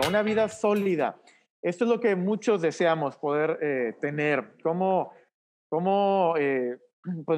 una vida sólida. Esto es lo que muchos deseamos poder tener. Cómo pues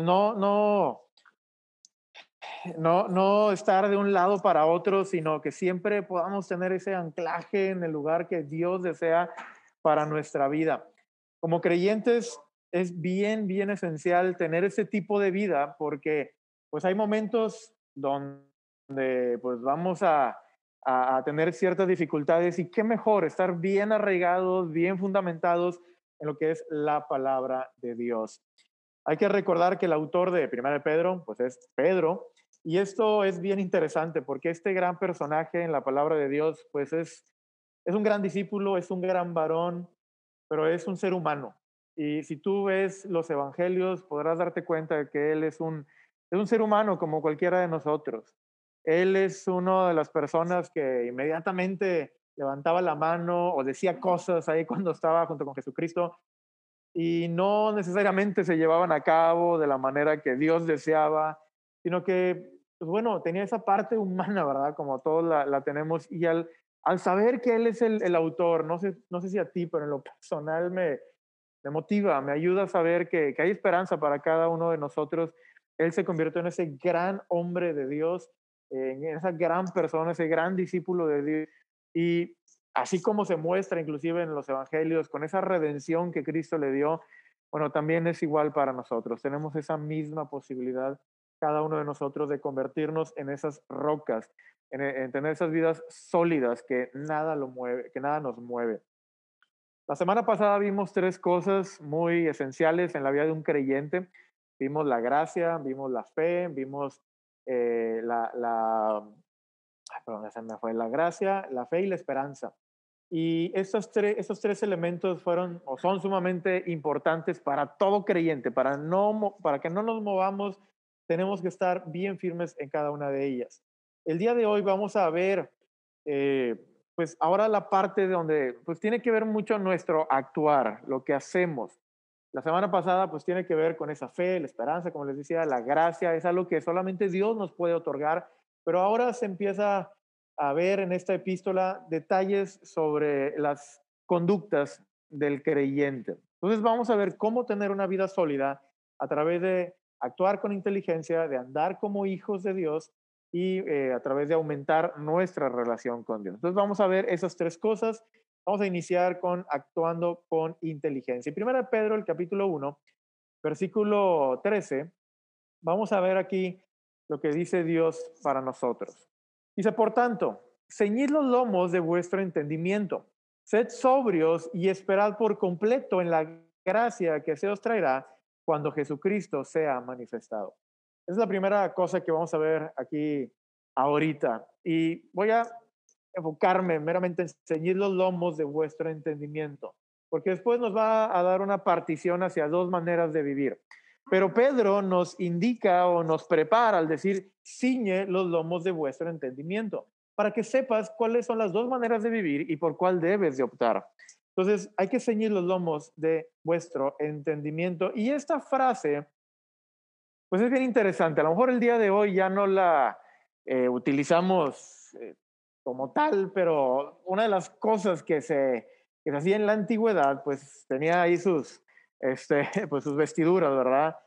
no estar de un lado para otro, sino que siempre podamos tener ese anclaje en el lugar que Dios desea para nuestra vida. Como creyentes es bien esencial tener ese tipo de vida porque pues hay momentos donde pues vamos a tener ciertas dificultades y qué mejor estar bien arraigados, bien fundamentados en lo que es la palabra de Dios. Hay que recordar que el autor de Primera de Pedro, pues es Pedro, y esto es bien interesante porque este gran personaje en la palabra de Dios, pues es un gran discípulo, es un gran varón, pero es un ser humano. Y si tú ves los evangelios, podrás darte cuenta de que él es un ser humano como cualquiera de nosotros. Él es una de las personas que inmediatamente levantaba la mano o decía cosas ahí cuando estaba junto con Jesucristo y no necesariamente se llevaban a cabo de la manera que Dios deseaba, sino que, pues bueno, tenía esa parte humana, ¿verdad? Como todos la tenemos. Y al saber que Él es el autor, no sé si a ti, pero en lo personal me motiva, me ayuda a saber que hay esperanza para cada uno de nosotros. Él se convirtió en ese gran hombre de Dios, en esa gran persona, ese gran discípulo de Dios. Y así como se muestra inclusive en los evangelios, con esa redención que Cristo le dio, bueno, también es igual para nosotros. Tenemos esa misma posibilidad, cada uno de nosotros, de convertirnos en esas rocas, en tener esas vidas sólidas que nada lo mueve, que nada nos mueve. La semana pasada vimos tres cosas muy esenciales en la vida de un creyente. Vimos la gracia, vimos la fe, vimos perdón, se me fue la gracia, la fe y la esperanza. Y esos tres elementos fueron o son sumamente importantes para todo creyente. Para que no nos movamos, tenemos que estar bien firmes en cada una de ellas. El día de hoy vamos a ver, pues ahora la parte donde pues tiene que ver mucho nuestro actuar, lo que hacemos. La semana pasada pues tiene que ver con esa fe, la esperanza, como les decía, la gracia, es algo que solamente Dios nos puede otorgar, pero ahora se empieza a ver en esta epístola detalles sobre las conductas del creyente. Entonces vamos a ver cómo tener una vida sólida a través de actuar con inteligencia, de andar como hijos de Dios y a través de aumentar nuestra relación con Dios. Entonces vamos a ver esas tres cosas. Vamos a iniciar con actuando con inteligencia. Y primero de Pedro, el capítulo 1, versículo 13, vamos a ver aquí lo que dice Dios para nosotros. Dice, por tanto, ceñid los lomos de vuestro entendimiento, sed sobrios y esperad por completo en la gracia que se os traerá cuando Jesucristo sea manifestado. Esa es la primera cosa que vamos a ver aquí ahorita. Y voy a enfocarme meramente en ceñir los lomos de vuestro entendimiento, porque después nos va a dar una partición hacia dos maneras de vivir. Pero Pedro nos indica o nos prepara al decir, ciñe los lomos de vuestro entendimiento, para que sepas cuáles son las dos maneras de vivir y por cuál debes de optar. Entonces, hay que ceñir los lomos de vuestro entendimiento. Y esta frase, pues es bien interesante. A lo mejor el día de hoy ya no la utilizamos como tal, pero una de las cosas que se hacía en la antigüedad, pues tenía ahí pues sus vestiduras, ¿verdad?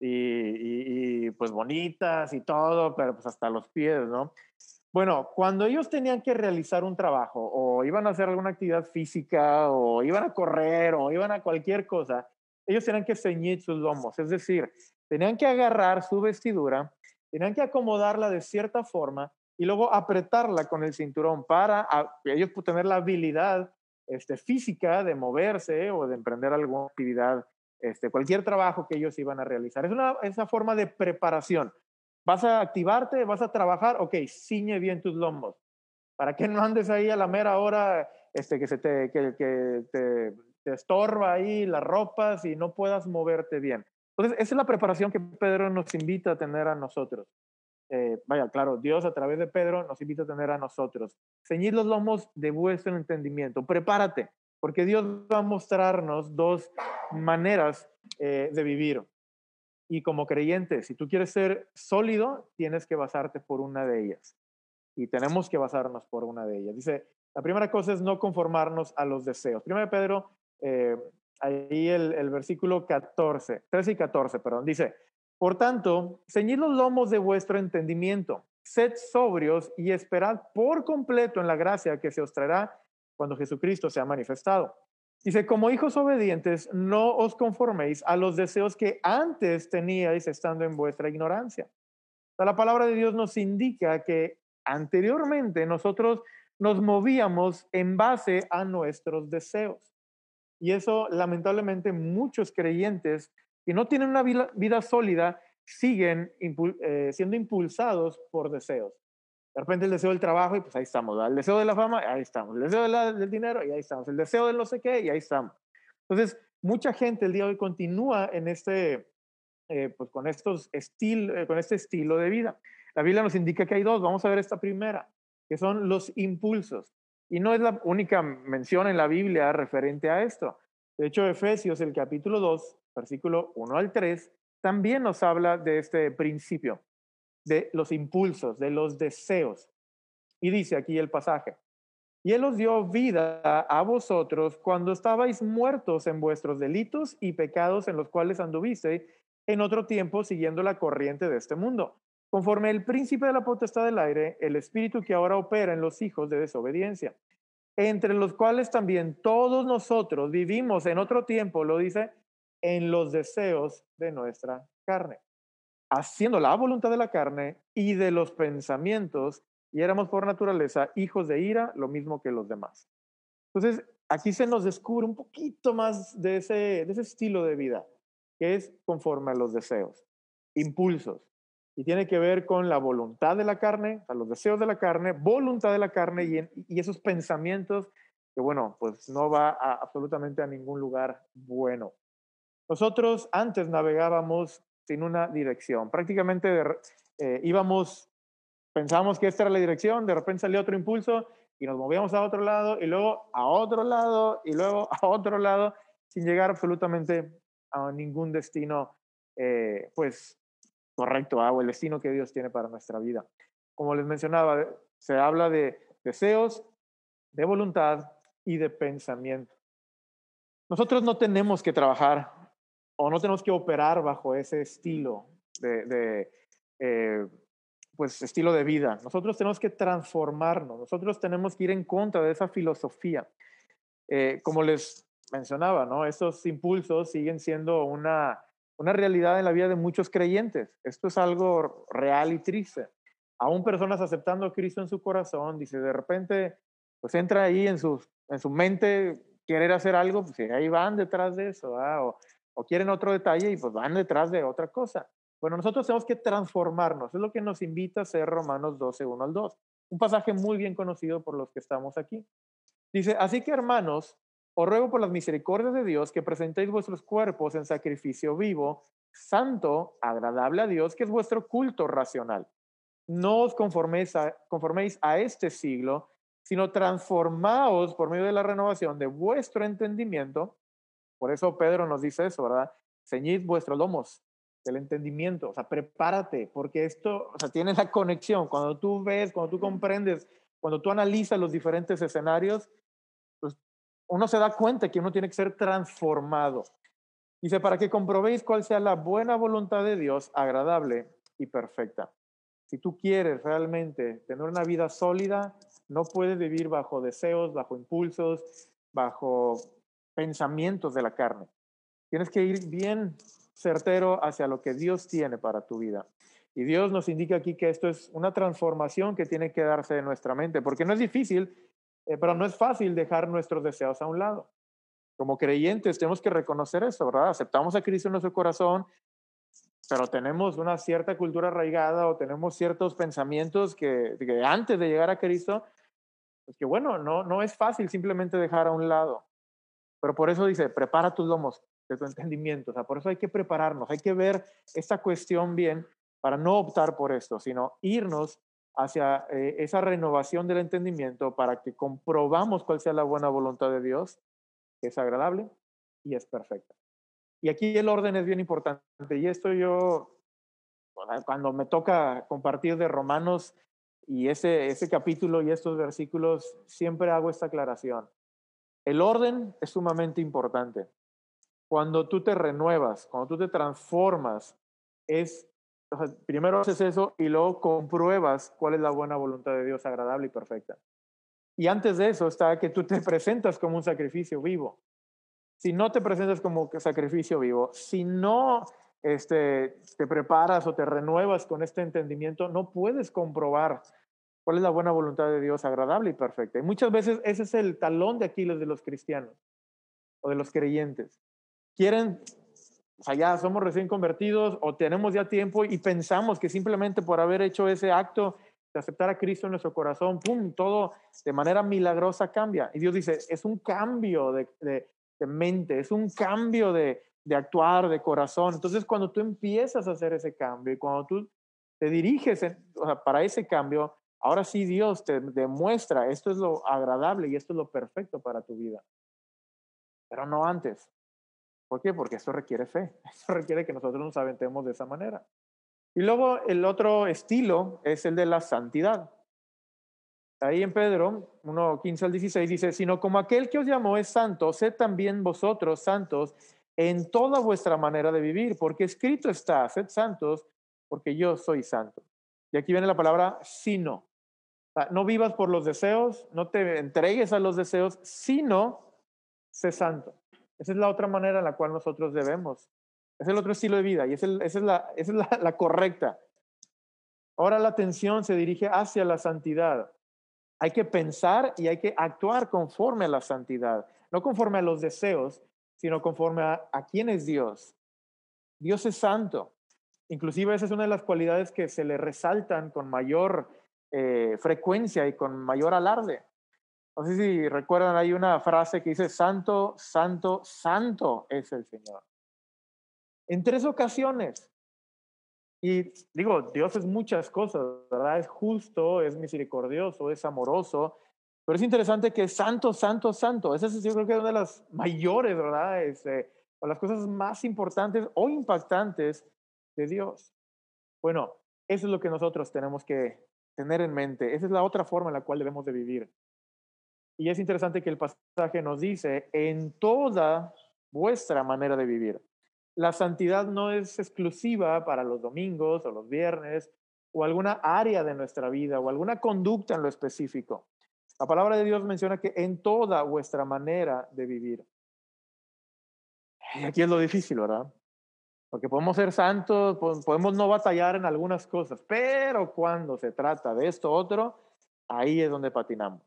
Pues bonitas y todo, pero pues hasta los pies, ¿no? Bueno, cuando ellos tenían que realizar un trabajo o iban a hacer alguna actividad física o iban a correr o iban a cualquier cosa, ellos tenían que ceñir sus lomos, es decir, tenían que agarrar su vestidura, tenían que acomodarla de cierta forma y luego apretarla con el cinturón para ellos tener la habilidad física de moverse o de emprender alguna actividad, cualquier trabajo que ellos iban a realizar. Esa forma de preparación. Vas a activarte, vas a trabajar, ok, ciñe bien tus lomos. Para que no andes ahí a la mera hora que te estorba ahí las ropas y no puedas moverte bien. Entonces, esa es la preparación que Pedro nos invita a tener a nosotros. Vaya, claro, Dios a través de Pedro nos invita a tener a nosotros. Ceñid los lomos de vuestro entendimiento. Prepárate, porque Dios va a mostrarnos dos maneras de vivir. Y como creyente, si tú quieres ser sólido, tienes que basarte por una de ellas. Y tenemos que basarnos por una de ellas. Dice, La primera cosa es no conformarnos a los deseos. Primero Pedro, eh, ahí el versículo 14, 13 y 14, perdón, dice, por tanto, ceñid los lomos de vuestro entendimiento, sed sobrios y esperad por completo en la gracia que se os traerá cuando Jesucristo sea manifestado. Dice, como hijos obedientes, no os conforméis a los deseos que antes teníais estando en vuestra ignorancia. O sea, la palabra de Dios nos indica que anteriormente nosotros nos movíamos en base a nuestros deseos. Y eso, lamentablemente, muchos creyentes que no tienen una vida sólida siguen siendo impulsados por deseos. De repente el deseo del trabajo y pues ahí estamos, ¿verdad? El deseo de la fama, ahí estamos. El deseo del dinero y ahí estamos. El deseo de no sé qué y ahí estamos. Entonces, mucha gente el día de hoy continúa en pues con este estilo de vida. La Biblia nos indica que hay dos. Vamos a ver esta primera, que son los impulsos. Y no es la única mención en la Biblia referente a esto. De hecho, Efesios, el capítulo 2, versículo 1 al 3, también nos habla de este principio, de los impulsos, de los deseos. Y dice aquí el pasaje, y Él os dio vida a vosotros cuando estabais muertos en vuestros delitos y pecados en los cuales anduvisteis en otro tiempo siguiendo la corriente de este mundo, conforme el príncipe de la potestad del aire, el espíritu que ahora opera en los hijos de desobediencia, entre los cuales también todos nosotros vivimos en otro tiempo, lo dice, en los deseos de nuestra carne, haciendo la voluntad de la carne y de los pensamientos, y éramos por naturaleza hijos de ira, lo mismo que los demás. Entonces, aquí se nos descubre un poquito más de ese estilo de vida, que es conforme a los deseos, impulsos, y tiene que ver con la voluntad de la carne, o sea, los deseos de la carne, voluntad de la carne y esos pensamientos que, bueno, pues no va absolutamente a ningún lugar bueno. Nosotros antes navegábamos sin una dirección, prácticamente íbamos, pensábamos que esta era la dirección, de repente salió otro impulso y nos movíamos a otro lado y luego a otro lado y luego a otro lado sin llegar absolutamente a ningún destino, pues correcto, o el destino que Dios tiene para nuestra vida. Como les mencionaba, se habla de deseos, de voluntad y de pensamiento. Nosotros no tenemos que trabajar o no tenemos que operar bajo ese estilo de eh, pues, estilo de vida. Nosotros tenemos que transformarnos, nosotros tenemos que ir en contra de esa filosofía. Como les mencionaba, ¿no? Estos impulsos siguen siendo una realidad en la vida de muchos creyentes. Esto es algo real y triste. Aún personas aceptando a Cristo en su corazón, dice, de repente, pues entra ahí en su mente querer hacer algo, pues ahí van detrás de eso, o quieren otro detalle y pues van detrás de otra cosa. Bueno, nosotros tenemos que transformarnos, es lo que nos invita a hacer Romanos 12, 1 al 2. Un pasaje muy bien conocido por los que estamos aquí. Dice, así que hermanos, os ruego por las misericordias de Dios que presentéis vuestros cuerpos en sacrificio vivo, santo, agradable a Dios, que es vuestro culto racional. No os conforméis a este siglo, sino transformaos por medio de la renovación de vuestro entendimiento. Por eso Pedro nos dice eso, ¿verdad? Ceñid vuestros lomos del entendimiento, o sea, prepárate, porque esto, o sea, tiene la conexión. Cuando tú ves, cuando tú comprendes, cuando tú analizas los diferentes escenarios, pues uno se da cuenta que uno tiene que ser transformado. Dice, para que comprobéis cuál sea la buena voluntad de Dios, agradable y perfecta. Si tú quieres realmente tener una vida sólida, no puedes vivir bajo deseos, bajo impulsos, bajo pensamientos de la carne. Tienes que ir bien certero hacia lo que Dios tiene para tu vida. Y Dios nos indica aquí que esto es una transformación que tiene que darse en nuestra mente, porque no es difícil, pero no es fácil dejar nuestros deseos a un lado. Como creyentes tenemos que reconocer eso, ¿verdad? Aceptamos a Cristo en nuestro corazón, pero tenemos una cierta cultura arraigada o tenemos ciertos pensamientos que antes de llegar a Cristo, pues que bueno, no es fácil simplemente dejar a un lado. Pero por eso dice, prepara tus lomos de tu entendimiento. O sea, por eso hay que prepararnos, hay que ver esta cuestión bien para no optar por esto, sino irnos hacia esa renovación del entendimiento para que comprobamos cuál sea la buena voluntad de Dios, que es agradable y es perfecta. Y aquí el orden es bien importante. Y esto yo, cuando me toca compartir de Romanos, Y ese capítulo y estos versículos siempre hago esta aclaración. El orden es sumamente importante. Cuando tú te renuevas, cuando tú te transformas, o sea, primero haces eso y luego compruebas cuál es la buena voluntad de Dios, agradable y perfecta. Y antes de eso está que tú te presentas como un sacrificio vivo. Si no te presentas como sacrificio vivo, si no te preparas o te renuevas con este entendimiento, no puedes comprobar cuál es la buena voluntad de Dios, agradable y perfecta. Y muchas veces ese es el talón de Aquiles de los cristianos o de los creyentes. Quieren, o sea, ya somos recién convertidos o tenemos ya tiempo y pensamos que simplemente por haber hecho ese acto de aceptar a Cristo en nuestro corazón, ¡pum!, todo de manera milagrosa cambia. Y Dios dice, es un cambio de mente, es un cambio de actuar, de corazón. Entonces, cuando tú empiezas a hacer ese cambio y cuando tú te diriges o sea, para ese cambio, ahora sí Dios te demuestra, esto es lo agradable y esto es lo perfecto para tu vida. Pero no antes. ¿Por qué? Porque esto requiere fe. Esto requiere que nosotros nos aventemos de esa manera. Y luego el otro estilo es el de la santidad. Ahí en Pedro 1:15 al 16 dice, sino como aquel que os llamó es santo, sed también vosotros santos en toda vuestra manera de vivir, porque escrito está, sed santos, porque yo soy santo. Y aquí viene la palabra sino. O sea, no vivas por los deseos, no te entregues a los deseos, sino sé santo. Esa es la otra manera en la cual nosotros debemos. Es el otro estilo de vida y esa es la correcta. Ahora la atención se dirige hacia la santidad. Hay que pensar y hay que actuar conforme a la santidad, no conforme a los deseos, sino conforme a quién es Dios. Dios es santo. Inclusive esa es una de las cualidades que se le resaltan con mayor frecuencia y con mayor alarde. No sé si recuerdan, hay una frase que dice, santo, santo, santo es el Señor. En 3 ocasiones. Y digo, Dios es muchas cosas, ¿verdad? Es justo, es misericordioso, es amoroso, pero es interesante que es santo, santo, santo. Esa es, yo creo que es una de las mayores, ¿verdad? O las cosas más importantes o impactantes de Dios. Bueno, eso es lo que nosotros tenemos que tener en mente. Esa es la otra forma en la cual debemos de vivir. Y es interesante que el pasaje nos dice, en toda vuestra manera de vivir. La santidad no es exclusiva para los domingos o los viernes o alguna área de nuestra vida o alguna conducta en lo específico. La palabra de Dios menciona que en toda vuestra manera de vivir. Y aquí es lo difícil, ¿verdad? Porque podemos ser santos, podemos no batallar en algunas cosas, pero cuando se trata de esto otro, ahí es donde patinamos.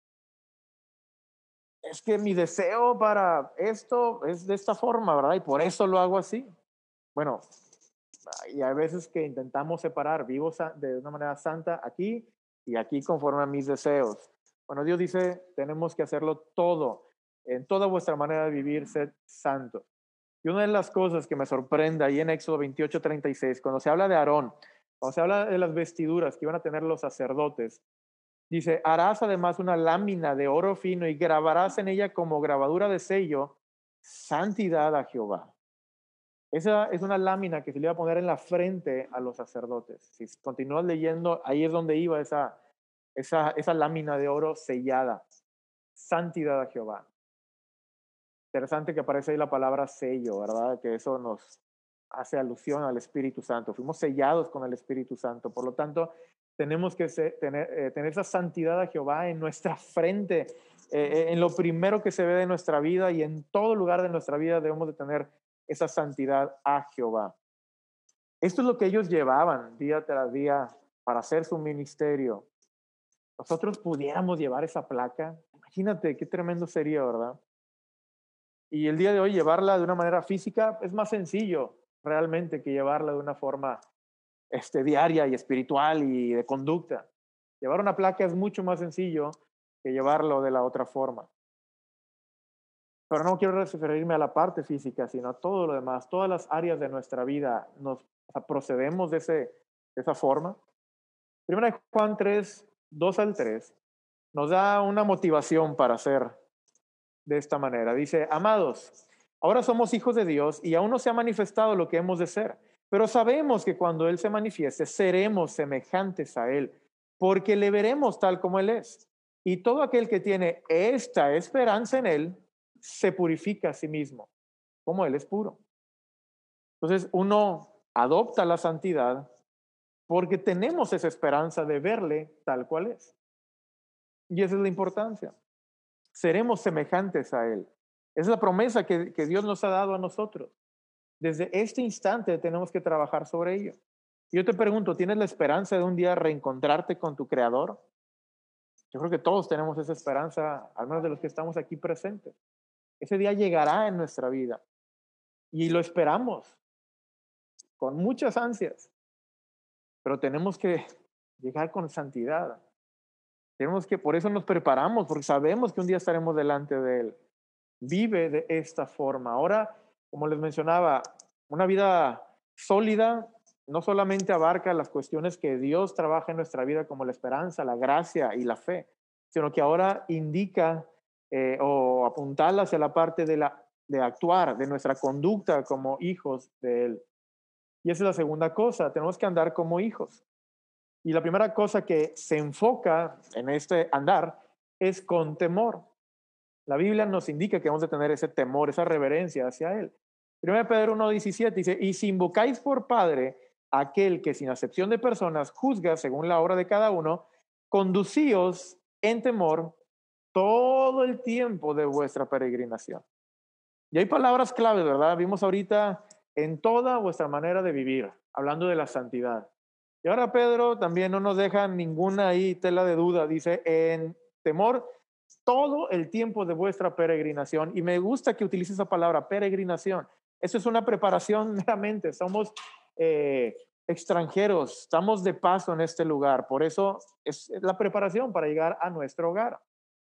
Es que mi deseo para esto es de esta forma, ¿verdad? Y por eso lo hago así. Bueno, y hay veces que intentamos separar vivo de una manera santa aquí y aquí conforme a mis deseos. Bueno, Dios dice, tenemos que hacerlo todo, en toda vuestra manera de vivir, sed santos. Y una de las cosas que me sorprende ahí en Éxodo 28:36, cuando se habla de Aarón, cuando se habla de las vestiduras que iban a tener los sacerdotes, dice, harás además una lámina de oro fino y grabarás en ella como grabadura de sello, santidad a Jehová. Esa es una lámina que se le iba a poner en la frente a los sacerdotes. Si continúas leyendo, ahí es donde iba esa lámina de oro sellada. Santidad a Jehová. Interesante que aparece ahí la palabra sello, ¿verdad? Que eso nos hace alusión al Espíritu Santo. Fuimos sellados con el Espíritu Santo. Por lo tanto, tenemos que tener esa santidad a Jehová en nuestra frente, en lo primero que se ve de nuestra vida y en todo lugar de nuestra vida debemos de tener esa santidad a Jehová. Esto es lo que ellos llevaban día tras día para hacer su ministerio. Nosotros pudiéramos llevar esa placa. Imagínate qué tremendo sería, ¿verdad? Y el día de hoy llevarla de una manera física es más sencillo realmente que llevarla de una forma diaria y espiritual y de conducta. Llevar una placa es mucho más sencillo que llevarlo de la otra forma. Pero no quiero referirme a la parte física, sino a todo lo demás, todas las áreas de nuestra vida. Procedemos de esa forma. Primera de Juan 3:2 al 3, nos da una motivación para hacer de esta manera. Dice, amados, ahora somos hijos de Dios y aún no se ha manifestado lo que hemos de ser, pero sabemos que cuando Él se manifieste, seremos semejantes a Él, porque le veremos tal como Él es. Y todo aquel que tiene esta esperanza en Él, se purifica a sí mismo, como Él es puro. Entonces uno adopta la santidad porque tenemos esa esperanza de verle tal cual es. Y esa es la importancia. Seremos semejantes a Él. Es la promesa que Dios nos ha dado a nosotros. Desde este instante tenemos que trabajar sobre ello. Yo te pregunto, ¿tienes la esperanza de un día reencontrarte con tu Creador? Yo creo que todos tenemos esa esperanza, al menos de los que estamos aquí presentes. Ese día llegará en nuestra vida y lo esperamos con muchas ansias, pero tenemos que llegar con santidad. Tenemos que, por eso nos preparamos, porque sabemos que un día estaremos delante de Él. Vive de esta forma. Ahora, como les mencionaba, una vida sólida no solamente abarca las cuestiones que Dios trabaja en nuestra vida como la esperanza, la gracia y la fe, sino que ahora indica o apuntala hacia la parte de actuar, de nuestra conducta como hijos de Él. Y esa es la segunda cosa, tenemos que andar como hijos. Y la primera cosa que se enfoca en este andar es con temor. La Biblia nos indica que vamos a tener ese temor, esa reverencia hacia Él. 1 Pedro 1:17 dice, y si invocáis por Padre a aquel que sin acepción de personas juzga según la obra de cada uno, conducíos en temor todo el tiempo de vuestra peregrinación. Y hay palabras claves, ¿verdad? Vimos ahorita en toda vuestra manera de vivir, hablando de la santidad. Y ahora Pedro también no nos deja ninguna ahí tela de duda, dice, en temor todo el tiempo de vuestra peregrinación. Y me gusta que utilice esa palabra, peregrinación. Eso es una preparación meramente. Somos extranjeros, estamos de paso en este lugar. Por eso es la preparación para llegar a nuestro hogar.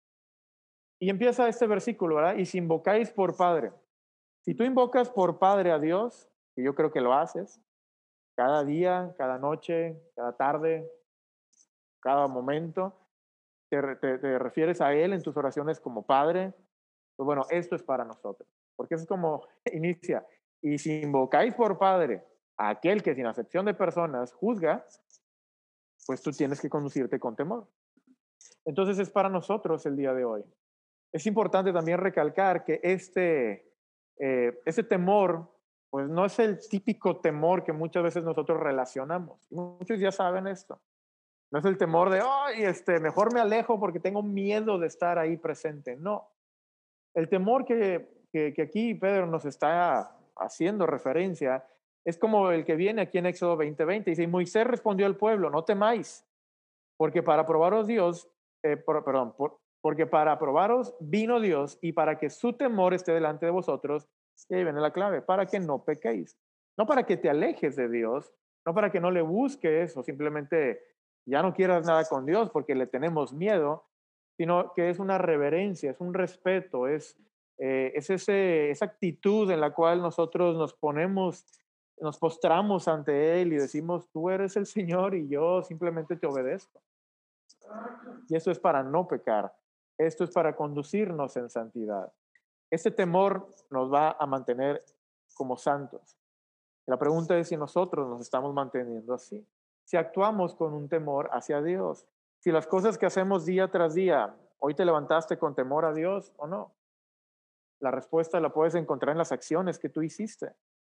Y empieza este versículo, ¿verdad? Y si invocáis por Padre. Si tú invocas por Padre a Dios, y yo creo que lo haces, cada día, cada noche, cada tarde, cada momento, te refieres a Él en tus oraciones como Padre, pues bueno, esto es para nosotros, porque eso es como inicia. Y si invocáis por Padre a aquel que sin acepción de personas juzga, pues tú tienes que conducirte con temor. Entonces es para nosotros el día de hoy. Es importante también recalcar que este temor, pues no es el típico temor que muchas veces nosotros relacionamos. Muchos ya saben esto. No es el temor de, ay, mejor me alejo porque tengo miedo de estar ahí presente. No. El temor que aquí Pedro nos está haciendo referencia es como el que viene aquí en Éxodo 20:20. Dice, y Moisés respondió al pueblo, no temáis, porque para probaros Dios, porque para probaros vino Dios y para que su temor esté delante de vosotros, y ahí viene la clave, para que no pequéis. No para que te alejes de Dios, no para que no le busques o simplemente ya no quieras nada con Dios porque le tenemos miedo, sino que es una reverencia, es un respeto, esa actitud en la cual nosotros nos ponemos, nos postramos ante Él y decimos, tú eres el Señor y yo simplemente te obedezco. Y esto es para no pecar, esto es para conducirnos en santidad. Este temor nos va a mantener como santos. La pregunta es si nosotros nos estamos manteniendo así, si actuamos con un temor hacia Dios, si las cosas que hacemos día tras día, hoy te levantaste con temor a Dios o no. La respuesta la puedes encontrar en las acciones que tú hiciste.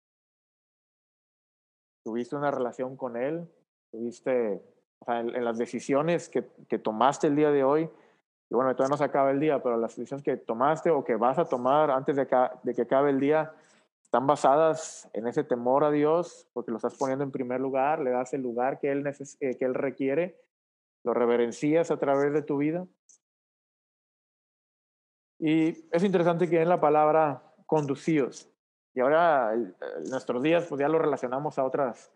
Tuviste una relación con Él, tuviste, o sea, en las decisiones que tomaste el día de hoy, y bueno, todavía no se acaba el día, pero las decisiones que tomaste o que vas a tomar antes de que acabe el día, están basadas en ese temor a Dios, porque lo estás poniendo en primer lugar, le das el lugar que Él requiere, lo reverencias a través de tu vida. Y es interesante que en la palabra conducidos. Y ahora en nuestros días pues ya lo relacionamos a otras,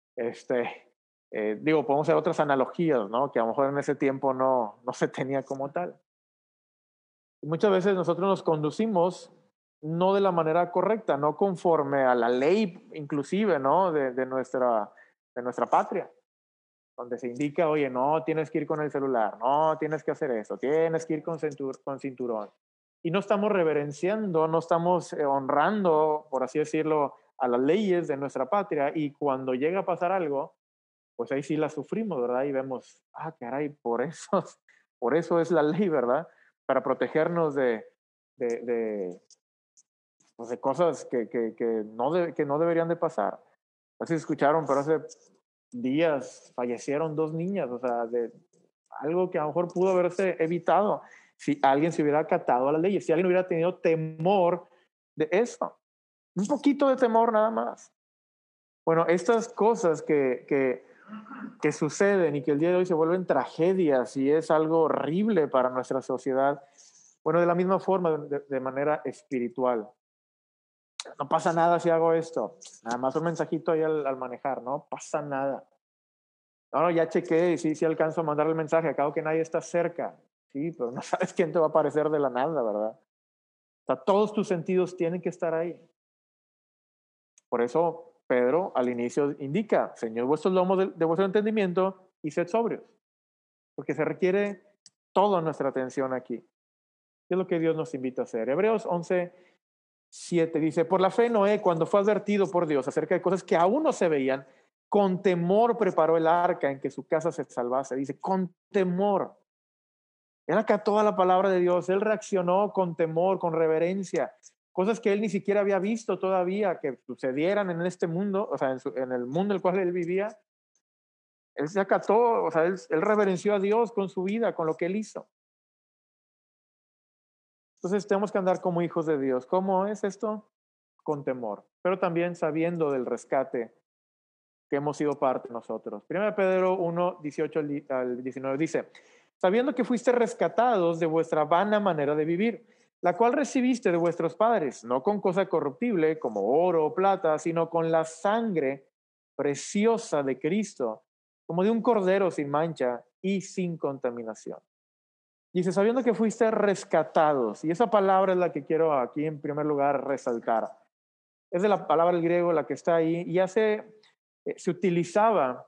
podemos hacer otras analogías, ¿no? Que a lo mejor en ese tiempo no se tenía como tal. Y muchas veces nosotros nos conducimos no de la manera correcta, no conforme a la ley inclusive, ¿no? De nuestra patria, donde se indica, oye, no tienes que ir con el celular, no tienes que hacer eso, tienes que ir con cinturón. Y no estamos reverenciando, no estamos honrando, por así decirlo, a las leyes de nuestra patria. Y cuando llega a pasar algo, pues ahí sí la sufrimos, ¿verdad? Y vemos, caray, por eso es la ley, ¿verdad? Para protegernos de, de, pues de cosas que no deberían de pasar. No sé si escucharon, pero hace días fallecieron 2 niñas, o sea, de algo que a lo mejor pudo haberse evitado si alguien se hubiera acatado a las leyes, si alguien hubiera tenido temor de eso. Un poquito de temor nada más. Bueno, estas cosas que suceden y que el día de hoy se vuelven tragedias y es algo horrible para nuestra sociedad, bueno, de la misma forma, de manera espiritual. No pasa nada si hago esto. Nada más un mensajito ahí al manejar, no pasa nada. No, ya chequé y sí alcanzo a mandar el mensaje. Acabo que nadie está cerca. Sí, pero no sabes quién te va a aparecer de la nada, ¿verdad? O sea, todos tus sentidos tienen que estar ahí. Por eso Pedro al inicio indica, Señor, vuestros lomos de vuestro entendimiento y sed sobrios. Porque se requiere toda nuestra atención aquí. Es lo que Dios nos invita a hacer. Hebreos 11:7 dice, por la fe Noé, cuando fue advertido por Dios acerca de cosas que aún no se veían, con temor preparó el arca en que su casa se salvase. Dice, con temor. Él acató a la palabra de Dios, él reaccionó con temor, con reverencia, cosas que él ni siquiera había visto todavía que sucedieran en este mundo, o sea, en el mundo en el cual él vivía. Él se acató, o sea, él reverenció a Dios con su vida, con lo que él hizo. Entonces tenemos que andar como hijos de Dios. ¿Cómo es esto? Con temor, pero también sabiendo del rescate que hemos sido parte nosotros. 1 Pedro 1:18 al 19 dice, sabiendo que fuiste rescatados de vuestra vana manera de vivir, la cual recibiste de vuestros padres, no con cosa corruptible como oro o plata, sino con la sangre preciosa de Cristo, como de un cordero sin mancha y sin contaminación. Dice, sabiendo que fuiste rescatados, y esa palabra es la que quiero aquí en primer lugar resaltar. Es de la palabra del griego la que está ahí, y se utilizaba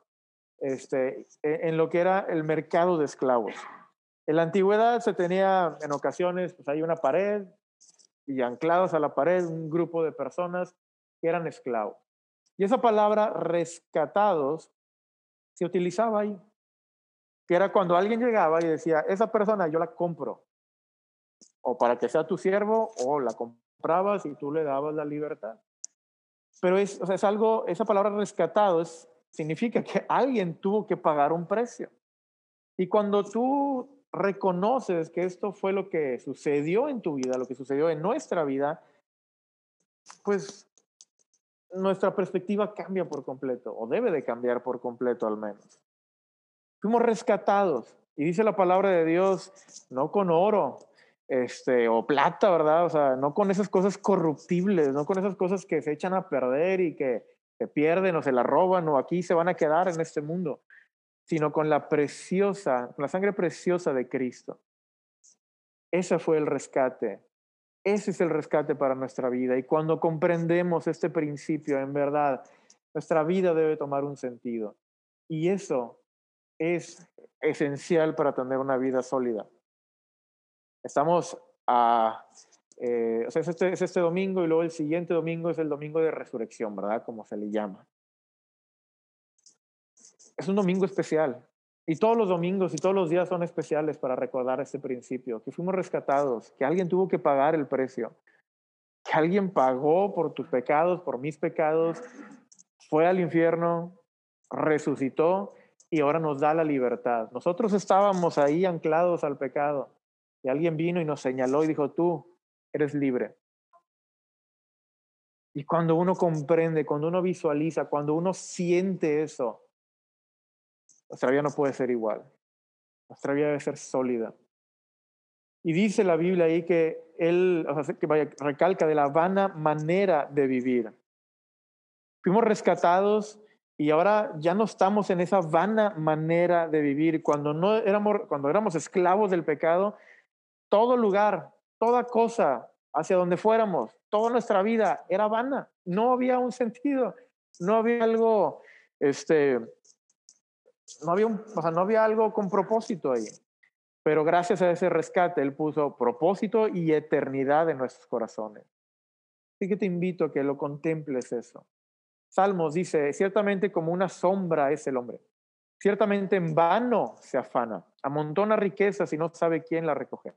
en lo que era el mercado de esclavos. En la antigüedad se tenía en ocasiones, pues hay una pared y anclados a la pared un grupo de personas que eran esclavos. Y esa palabra rescatados se utilizaba ahí, que era cuando alguien llegaba y decía, esa persona yo la compro, o para que sea tu siervo, o la comprabas y tú le dabas la libertad. Pero o sea, es algo, esa palabra rescatados significa que alguien tuvo que pagar un precio. Y cuando tú reconoces que esto fue lo que sucedió en tu vida, lo que sucedió en nuestra vida, pues nuestra perspectiva cambia por completo, o debe de cambiar por completo al menos. Fuimos rescatados, y dice la palabra de Dios, no con oro, o plata, ¿verdad? O sea, no con esas cosas corruptibles, no con esas cosas que se echan a perder y que se pierden o se la roban o aquí se van a quedar en este mundo, sino con con la sangre preciosa de Cristo. Ese fue el rescate. Ese es el rescate para nuestra vida. Y cuando comprendemos este principio, en verdad, nuestra vida debe tomar un sentido. Y eso es esencial para tener una vida sólida. Estamos o sea, es este domingo y luego el siguiente domingo es el domingo de resurrección, ¿verdad? Como se le llama. Es un domingo especial. Y todos los domingos y todos los días son especiales para recordar este principio, que fuimos rescatados, que alguien tuvo que pagar el precio, que alguien pagó por tus pecados, por mis pecados, fue al infierno, resucitó y ahora nos da la libertad. Nosotros estábamos ahí anclados al pecado y alguien vino y nos señaló y dijo, tú eres libre. Y cuando uno comprende, cuando uno visualiza, cuando uno siente eso, nuestra vida no puede ser igual. Nuestra vida debe ser sólida. Y dice la Biblia ahí que recalca de la vana manera de vivir. Fuimos rescatados y ahora ya no estamos en esa vana manera de vivir. Cuando éramos esclavos del pecado, todo lugar, toda cosa hacia donde fuéramos, toda nuestra vida era vana. No había un sentido, no había algo, no había algo con propósito ahí. Pero gracias a ese rescate, Él puso propósito y eternidad en nuestros corazones. Así que te invito a que lo contemples eso. Salmos dice, ciertamente como una sombra es el hombre. Ciertamente en vano se afana, amontona riquezas y no sabe quién la recogerá.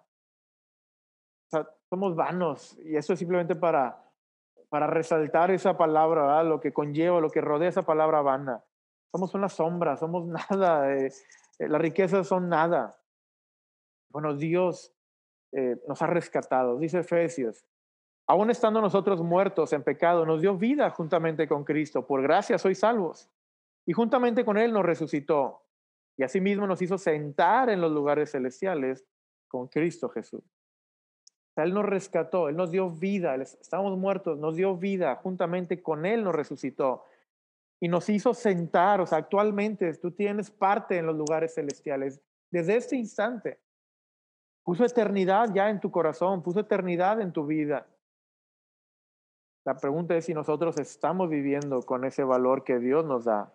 O sea, somos vanos y eso es simplemente para resaltar esa palabra, ¿verdad? Lo que conlleva, lo que rodea esa palabra vana. Somos una sombra, somos nada, las riquezas son nada. Bueno, Dios nos ha rescatado, dice Efesios. Aún estando nosotros muertos en pecado, nos dio vida juntamente con Cristo. Por gracia sois salvos. Y juntamente con Él nos resucitó. Y asimismo nos hizo sentar en los lugares celestiales con Cristo Jesús. O sea, Él nos rescató, Él nos dio vida. Estábamos muertos, nos dio vida. Juntamente con Él nos resucitó. Y nos hizo sentar. O sea, actualmente tú tienes parte en los lugares celestiales. Desde este instante. Puso eternidad ya en tu corazón, puso eternidad en tu vida. La pregunta es si nosotros estamos viviendo con ese valor que Dios nos da.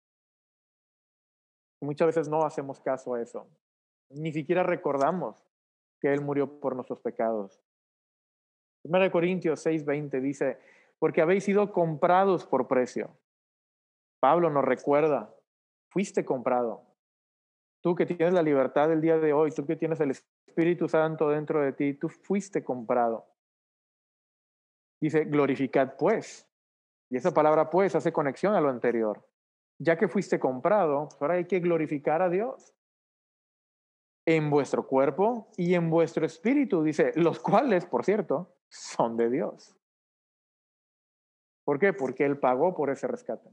Muchas veces no hacemos caso a eso. Ni siquiera recordamos que Él murió por nuestros pecados. 1 Corintios 6:20 dice, porque habéis sido comprados por precio. Pablo nos recuerda, fuiste comprado. Tú que tienes la libertad del día de hoy, tú que tienes el Espíritu Santo dentro de ti, tú fuiste comprado. Dice, glorificad pues. Y esa palabra pues hace conexión a lo anterior. Ya que fuiste comprado, pues ahora hay que glorificar a Dios en vuestro cuerpo y en vuestro espíritu, dice, los cuales, por cierto, son de Dios. ¿Por qué? Porque Él pagó por ese rescate.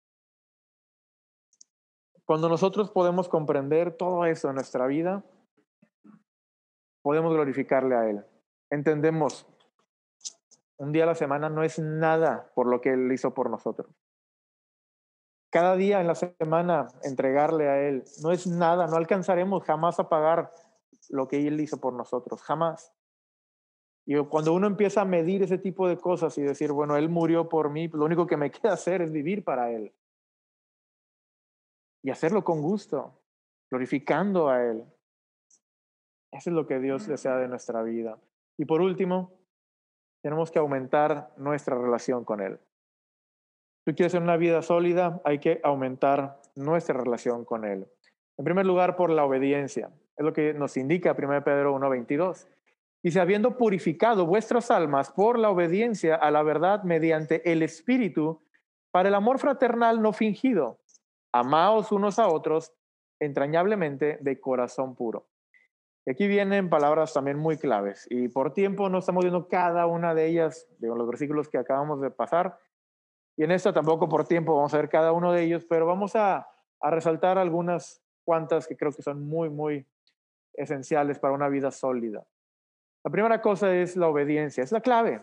Cuando nosotros podemos comprender todo eso en nuestra vida, podemos glorificarle a Él. Entendemos, un día a la semana no es nada por lo que Él hizo por nosotros. Cada día en la semana entregarle a Él no es nada, no alcanzaremos jamás a pagar lo que Él hizo por nosotros, jamás. Y cuando uno empieza a medir ese tipo de cosas y decir, bueno, Él murió por mí, lo único que me queda hacer es vivir para Él. Y hacerlo con gusto, glorificando a Él. Eso es lo que Dios desea de nuestra vida. Y por último, tenemos que aumentar nuestra relación con Él. Tú quieres una vida sólida, hay que aumentar nuestra relación con Él. En primer lugar, por la obediencia. Es lo que nos indica 1 Pedro 1:22. Dice, habiendo purificado vuestras almas por la obediencia a la verdad mediante el Espíritu, para el amor fraternal no fingido, amaos unos a otros entrañablemente de corazón puro. Y aquí vienen palabras también muy claves. Y por tiempo no estamos viendo cada una de ellas, de los versículos que acabamos de pasar. Y en esta tampoco por tiempo vamos a ver cada uno de ellos, pero vamos a resaltar algunas cuantas que creo que son muy, muy esenciales para una vida sólida. La primera cosa es la obediencia, es la clave.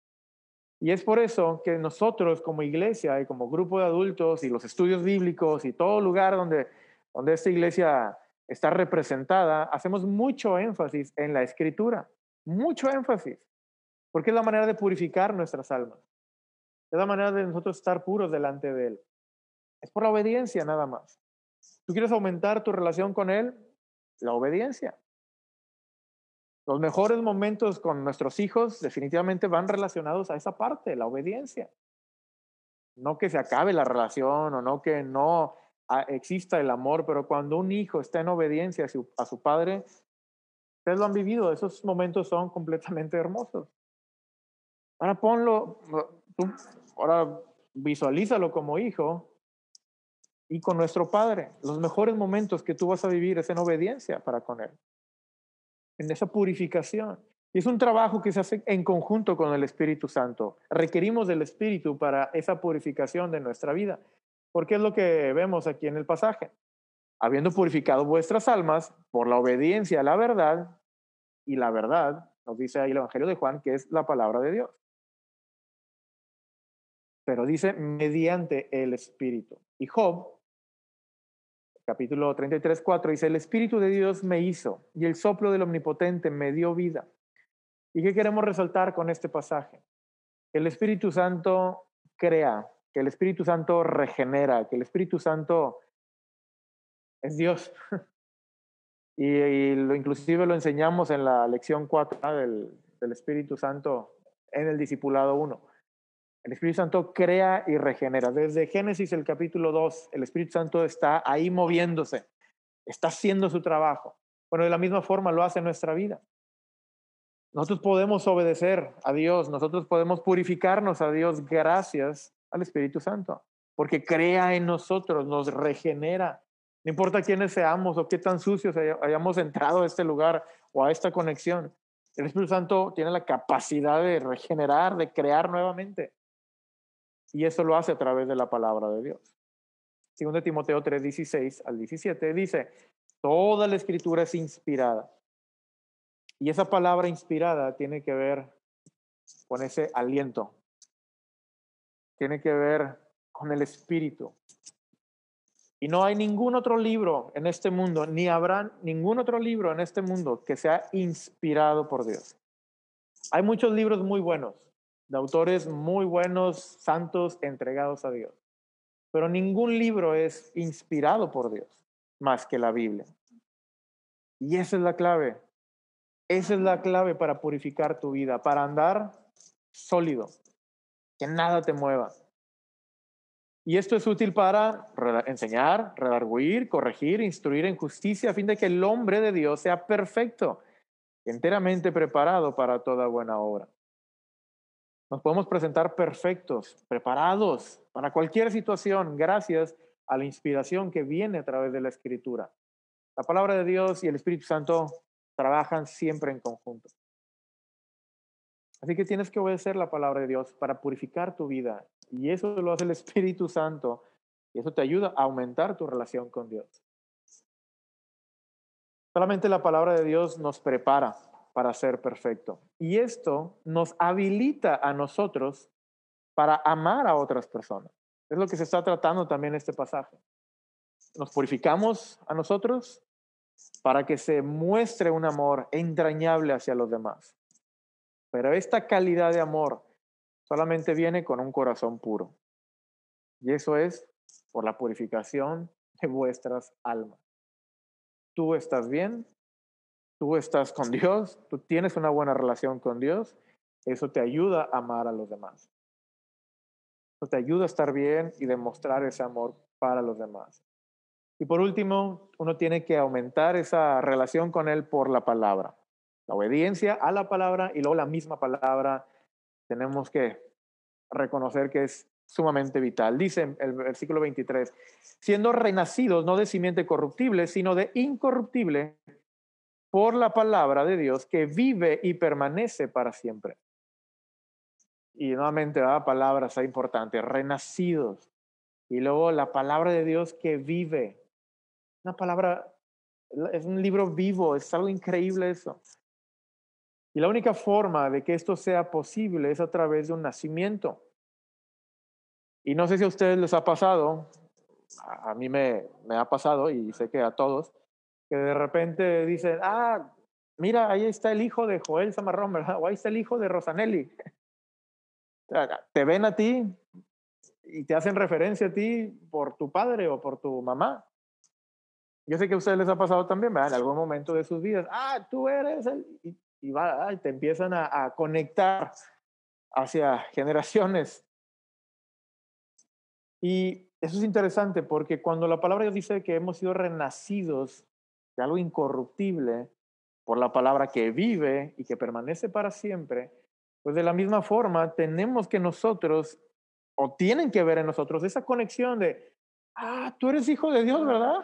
Y es por eso que nosotros como iglesia y como grupo de adultos y los estudios bíblicos y todo lugar donde esta iglesia está representada, hacemos mucho énfasis en la escritura, mucho énfasis, porque es la manera de purificar nuestras almas, es la manera de nosotros estar puros delante de Él. Es por la obediencia nada más. ¿Tú quieres aumentar tu relación con Él? La obediencia. Los mejores momentos con nuestros hijos definitivamente van relacionados a esa parte, la obediencia. No que se acabe la relación o no que no exista el amor, pero cuando un hijo está en obediencia a su padre, ustedes lo han vivido, esos momentos son completamente hermosos. Ahora ponlo, tú, ahora visualízalo como hijo y con nuestro padre. Los mejores momentos que tú vas a vivir es en obediencia para con él, en esa purificación. Y es un trabajo que se hace en conjunto con el Espíritu Santo. Requerimos del Espíritu para esa purificación de nuestra vida. Porque es lo que vemos aquí en el pasaje. Habiendo purificado vuestras almas por la obediencia a la verdad, y la verdad, nos dice ahí el Evangelio de Juan, que es la palabra de Dios. Pero dice mediante el Espíritu. Y Job, capítulo 33:4, dice, el Espíritu de Dios me hizo y el soplo del Omnipotente me dio vida. ¿Y qué queremos resaltar con este pasaje? Que el Espíritu Santo crea, que el Espíritu Santo regenera, que el Espíritu Santo es Dios. Inclusive lo enseñamos en la lección 4 del Espíritu Santo en el Discipulado 1. El Espíritu Santo crea y regenera. Desde Génesis, el capítulo 2, el Espíritu Santo está ahí moviéndose, está haciendo su trabajo. Bueno, de la misma forma lo hace en nuestra vida. Nosotros podemos obedecer a Dios, nosotros podemos purificarnos a Dios gracias al Espíritu Santo, porque crea en nosotros, nos regenera. No importa quiénes seamos o qué tan sucios hayamos entrado a este lugar o a esta conexión, el Espíritu Santo tiene la capacidad de regenerar, de crear nuevamente. Y eso lo hace a través de la palabra de Dios. Segundo Timoteo 3:16 al 17 dice, toda la escritura es inspirada. Y esa palabra inspirada tiene que ver con ese aliento, tiene que ver con el espíritu. Y no hay ningún otro libro en este mundo, ni habrá ningún otro libro en este mundo que sea inspirado por Dios. Hay muchos libros muy buenos, de autores muy buenos, santos, entregados a Dios. Pero ningún libro es inspirado por Dios, más que la Biblia. Y esa es la clave. Esa es la clave para purificar tu vida, para andar sólido, que nada te mueva. Y esto es útil para enseñar, redarguir, corregir, instruir en justicia, a fin de que el hombre de Dios sea perfecto, enteramente preparado para toda buena obra. Nos podemos presentar perfectos, preparados para cualquier situación, gracias a la inspiración que viene a través de la Escritura. La palabra de Dios y el Espíritu Santo trabajan siempre en conjunto. Así que tienes que obedecer la palabra de Dios para purificar tu vida. Y eso lo hace el Espíritu Santo. Y eso te ayuda a aumentar tu relación con Dios. Solamente la palabra de Dios nos prepara para ser perfecto. Y esto nos habilita a nosotros para amar a otras personas. Es lo que se está tratando también en este pasaje. Nos purificamos a nosotros para que se muestre un amor entrañable hacia los demás. Pero esta calidad de amor solamente viene con un corazón puro. Y eso es por la purificación de vuestras almas. Tú estás bien, tú estás con Dios, tú tienes una buena relación con Dios, eso te ayuda a amar a los demás. Eso te ayuda a estar bien y demostrar ese amor para los demás. Y por último, uno tiene que aumentar esa relación con Él por la palabra. La obediencia a la palabra y luego la misma palabra tenemos que reconocer que es sumamente vital. Dice el versículo 23, siendo renacidos no de simiente corruptible, sino de incorruptible por la palabra de Dios que vive y permanece para siempre. Y nuevamente, palabras importantes, renacidos. Y luego la palabra de Dios que vive. Una palabra, es un libro vivo, es algo increíble eso. Y la única forma de que esto sea posible es a través de un nacimiento. Y no sé si a ustedes les ha pasado, a mí me ha pasado y sé que a todos, que de repente dicen, mira, ahí está el hijo de Joel Zamarrón, ¿verdad? O ahí está el hijo de Rosanelli. Te ven a ti y te hacen referencia a ti por tu padre o por tu mamá. Yo sé que a ustedes les ha pasado también, ¿verdad? En algún momento de sus vidas, tú eres el... Y te empiezan a conectar hacia generaciones. Y eso es interesante porque cuando la palabra de Dios dice que hemos sido renacidos de algo incorruptible por la palabra que vive y que permanece para siempre, pues de la misma forma tenemos que nosotros, o tienen que ver en nosotros, esa conexión de, tú eres hijo de Dios, ¿verdad?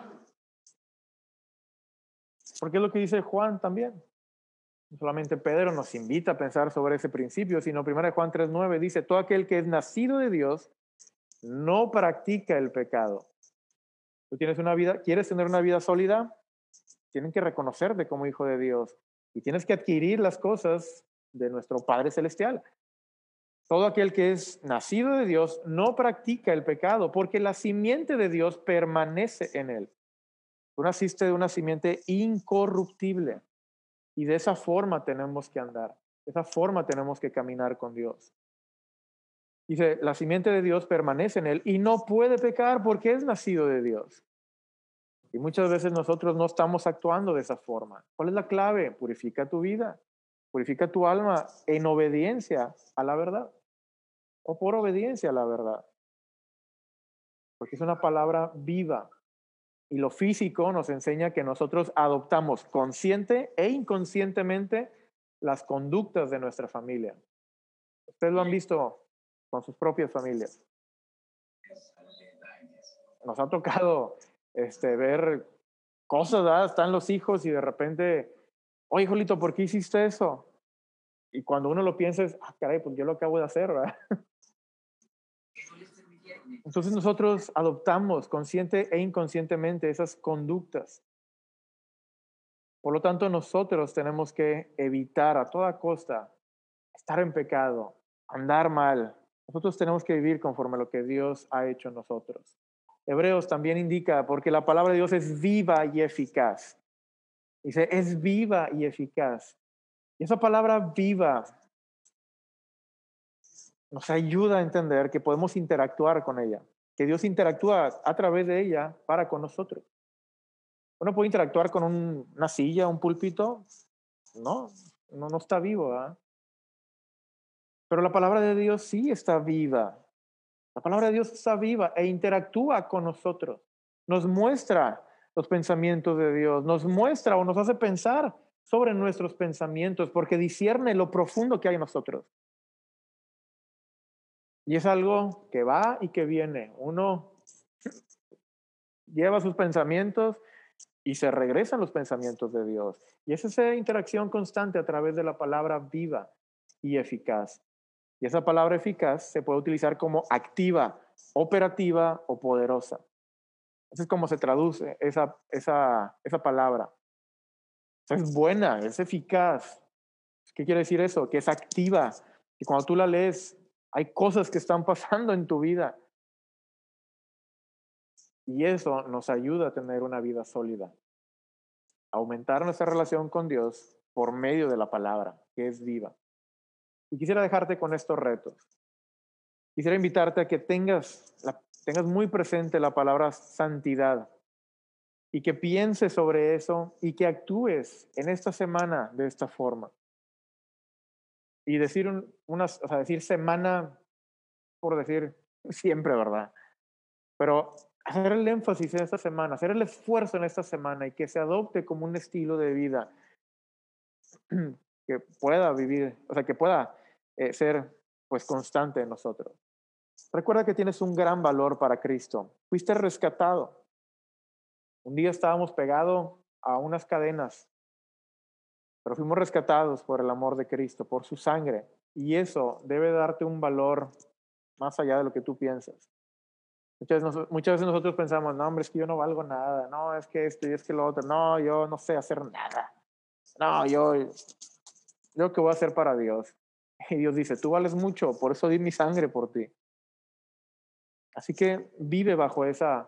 Porque es lo que dice Juan también. No solamente Pedro nos invita a pensar sobre ese principio, sino 1 Juan 3:9 dice, todo aquel que es nacido de Dios no practica el pecado. Tú tienes una vida, quieres tener una vida sólida, tienen que reconocerte como hijo de Dios y tienes que adquirir las cosas de nuestro Padre Celestial. Todo aquel que es nacido de Dios no practica el pecado porque la simiente de Dios permanece en él. Tú naciste de una simiente incorruptible y de esa forma tenemos que andar, de esa forma tenemos que caminar con Dios. Dice, la simiente de Dios permanece en él y no puede pecar porque es nacido de Dios. Y muchas veces nosotros no estamos actuando de esa forma. ¿Cuál es la clave? Purifica tu vida, purifica tu alma en obediencia a la verdad. o por obediencia a la verdad, porque es una palabra viva. Y lo físico nos enseña que nosotros adoptamos consciente e inconscientemente las conductas de nuestra familia. Ustedes lo han visto con sus propias familias. Nos ha tocado ver cosas, ¿verdad? Están los hijos y de repente, oye, Jolito, ¿por qué hiciste eso? Y cuando uno lo piensa es, ah, caray, pues yo lo acabo de hacer, ¿verdad? Entonces nosotros adoptamos consciente e inconscientemente esas conductas. Por lo tanto, nosotros tenemos que evitar a toda costa estar en pecado, andar mal. Nosotros tenemos que vivir conforme a lo que Dios ha hecho en nosotros. Hebreos también indica, porque la palabra de Dios es viva y eficaz. Dice, es viva y eficaz. Y esa palabra viva nos ayuda a entender que podemos interactuar con ella, que Dios interactúa a través de ella para con nosotros. Uno puede interactuar con una silla, un púlpito, no, no está vivo, ¿verdad? Pero la palabra de Dios sí está viva. La palabra de Dios está viva e interactúa con nosotros. Nos muestra los pensamientos de Dios, nos muestra o nos hace pensar sobre nuestros pensamientos, porque discierne lo profundo que hay en nosotros. Y es algo que va y que viene. Uno lleva sus pensamientos y se regresan los pensamientos de Dios. Y es esa interacción constante a través de la palabra viva y eficaz. Y esa palabra eficaz se puede utilizar como activa, operativa o poderosa. Esa es como se traduce esa palabra. O sea, es buena, es eficaz. ¿Qué quiere decir eso? Que es activa. Que cuando tú la lees, hay cosas que están pasando en tu vida. Y eso nos ayuda a tener una vida sólida. Aumentar nuestra relación con Dios por medio de la palabra, que es viva. Y quisiera dejarte con estos retos. Quisiera invitarte a que tengas muy presente la palabra santidad y que pienses sobre eso y que actúes en esta semana de esta forma. Y decir decir semana por decir siempre, ¿verdad? Pero hacer el énfasis en esta semana, hacer el esfuerzo en esta semana y que se adopte como un estilo de vida que pueda vivir, o sea, que pueda ser pues constante en nosotros. Recuerda que tienes un gran valor para Cristo. Fuiste rescatado. Un día estábamos pegados a unas cadenas, pero fuimos rescatados por el amor de Cristo, por su sangre. Y eso debe darte un valor más allá de lo que tú piensas. Muchas veces nosotros pensamos, no, hombre, es que yo no valgo nada. No, es que esto y es que lo otro. No, yo no sé hacer nada. No, yo qué voy a hacer para Dios. Y Dios dice, tú vales mucho, por eso di mi sangre por ti. Así que vive bajo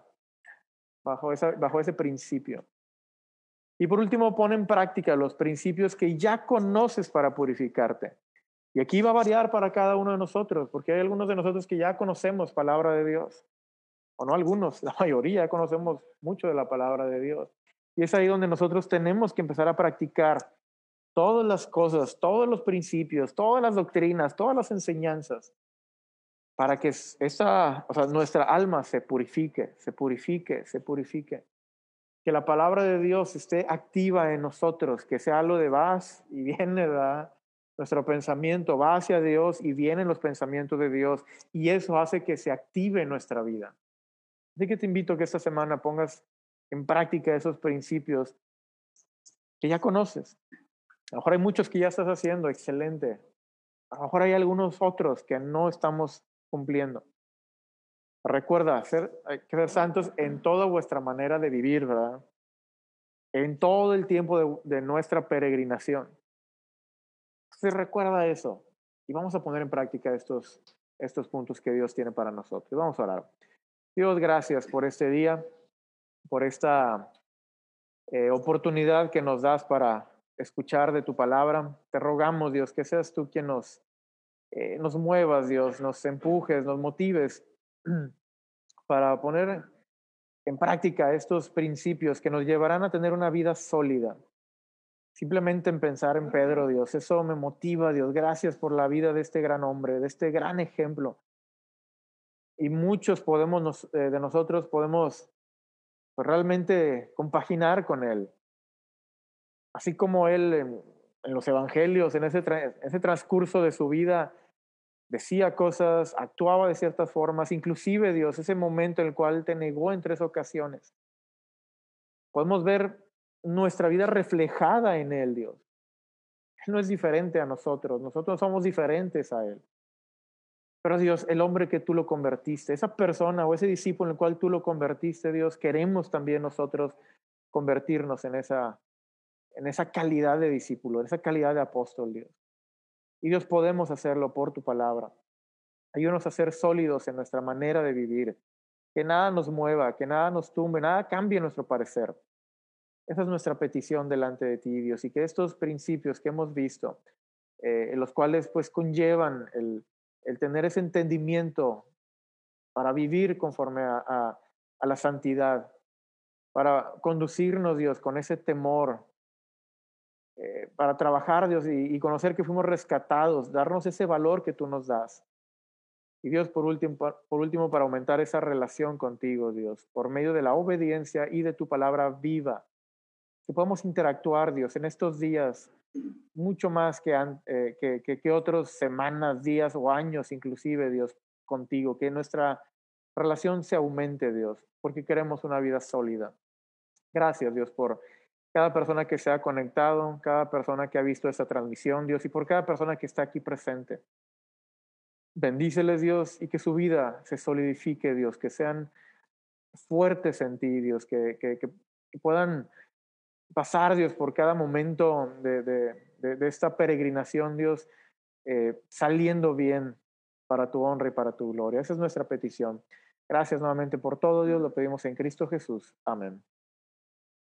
ese principio. Y por último, pon en práctica los principios que ya conoces para purificarte. Y aquí va a variar para cada uno de nosotros, porque hay algunos de nosotros que ya conocemos palabra de Dios. O no algunos, la mayoría ya conocemos mucho de la palabra de Dios. Y es ahí donde nosotros tenemos que empezar a practicar todas las cosas, todos los principios, todas las doctrinas, todas las enseñanzas, para que nuestra alma se purifique, se purifique, se purifique. Que la palabra de Dios esté activa en nosotros, que sea algo de vas y viene, ¿verdad? Nuestro pensamiento va hacia Dios y vienen los pensamientos de Dios y eso hace que se active nuestra vida. Así que te invito a que esta semana pongas en práctica esos principios que ya conoces. A lo mejor hay muchos que ya estás haciendo, excelente. A lo mejor hay algunos otros que no estamos cumpliendo. Recuerda, hay que ser santos en toda vuestra manera de vivir, ¿verdad? En todo el tiempo de nuestra peregrinación. Entonces recuerda eso y vamos a poner en práctica estos puntos que Dios tiene para nosotros. Vamos a orar. Dios, gracias por este día, por esta oportunidad que nos das para escuchar de tu palabra. Te rogamos, Dios, que seas tú quien nos muevas, Dios, nos empujes, nos motives para poner en práctica estos principios que nos llevarán a tener una vida sólida. Simplemente en pensar en Pedro, Dios, eso me motiva, Dios. Gracias por la vida de este gran hombre, de este gran ejemplo. y muchos de nosotros podemos pues, realmente compaginar con Él. Así como Él en los evangelios, en ese transcurso de su vida, decía cosas, actuaba de ciertas formas, inclusive Dios, ese momento en el cual te negó en 3 ocasiones. Podemos ver nuestra vida reflejada en Él, Dios. Él no es diferente a nosotros, nosotros somos diferentes a Él. Pero Dios, el hombre que tú lo convertiste, esa persona o ese discípulo en el cual tú lo convertiste, Dios, queremos también nosotros convertirnos en esa calidad de discípulo, en esa calidad de apóstol, Dios. Y Dios, podemos hacerlo por tu palabra. Ayúdanos a ser sólidos en nuestra manera de vivir, que nada nos mueva, que nada nos tumbe, nada cambie nuestro parecer. Esa es nuestra petición delante de ti, Dios, y que estos principios que hemos visto, en los cuales pues conllevan el tener ese entendimiento para vivir conforme a la santidad, para conducirnos, Dios, con ese temor, para trabajar, Dios, y conocer que fuimos rescatados, darnos ese valor que tú nos das. Y Dios, por último, para aumentar esa relación contigo, Dios, por medio de la obediencia y de tu palabra viva, que podamos interactuar, Dios, en estos días mucho más que otras semanas, días o años, inclusive, Dios, contigo, que nuestra relación se aumente, Dios, porque queremos una vida sólida. Gracias, Dios, por cada persona que se ha conectado, cada persona que ha visto esta transmisión, Dios, y por cada persona que está aquí presente. Bendíceles, Dios, y que su vida se solidifique, Dios, que sean fuertes en ti, Dios, que puedan pasar, Dios, por cada momento de esta peregrinación, Dios, saliendo bien para tu honra y para tu gloria. Esa es nuestra petición. Gracias nuevamente por todo, Dios, lo pedimos en Cristo Jesús. Amén.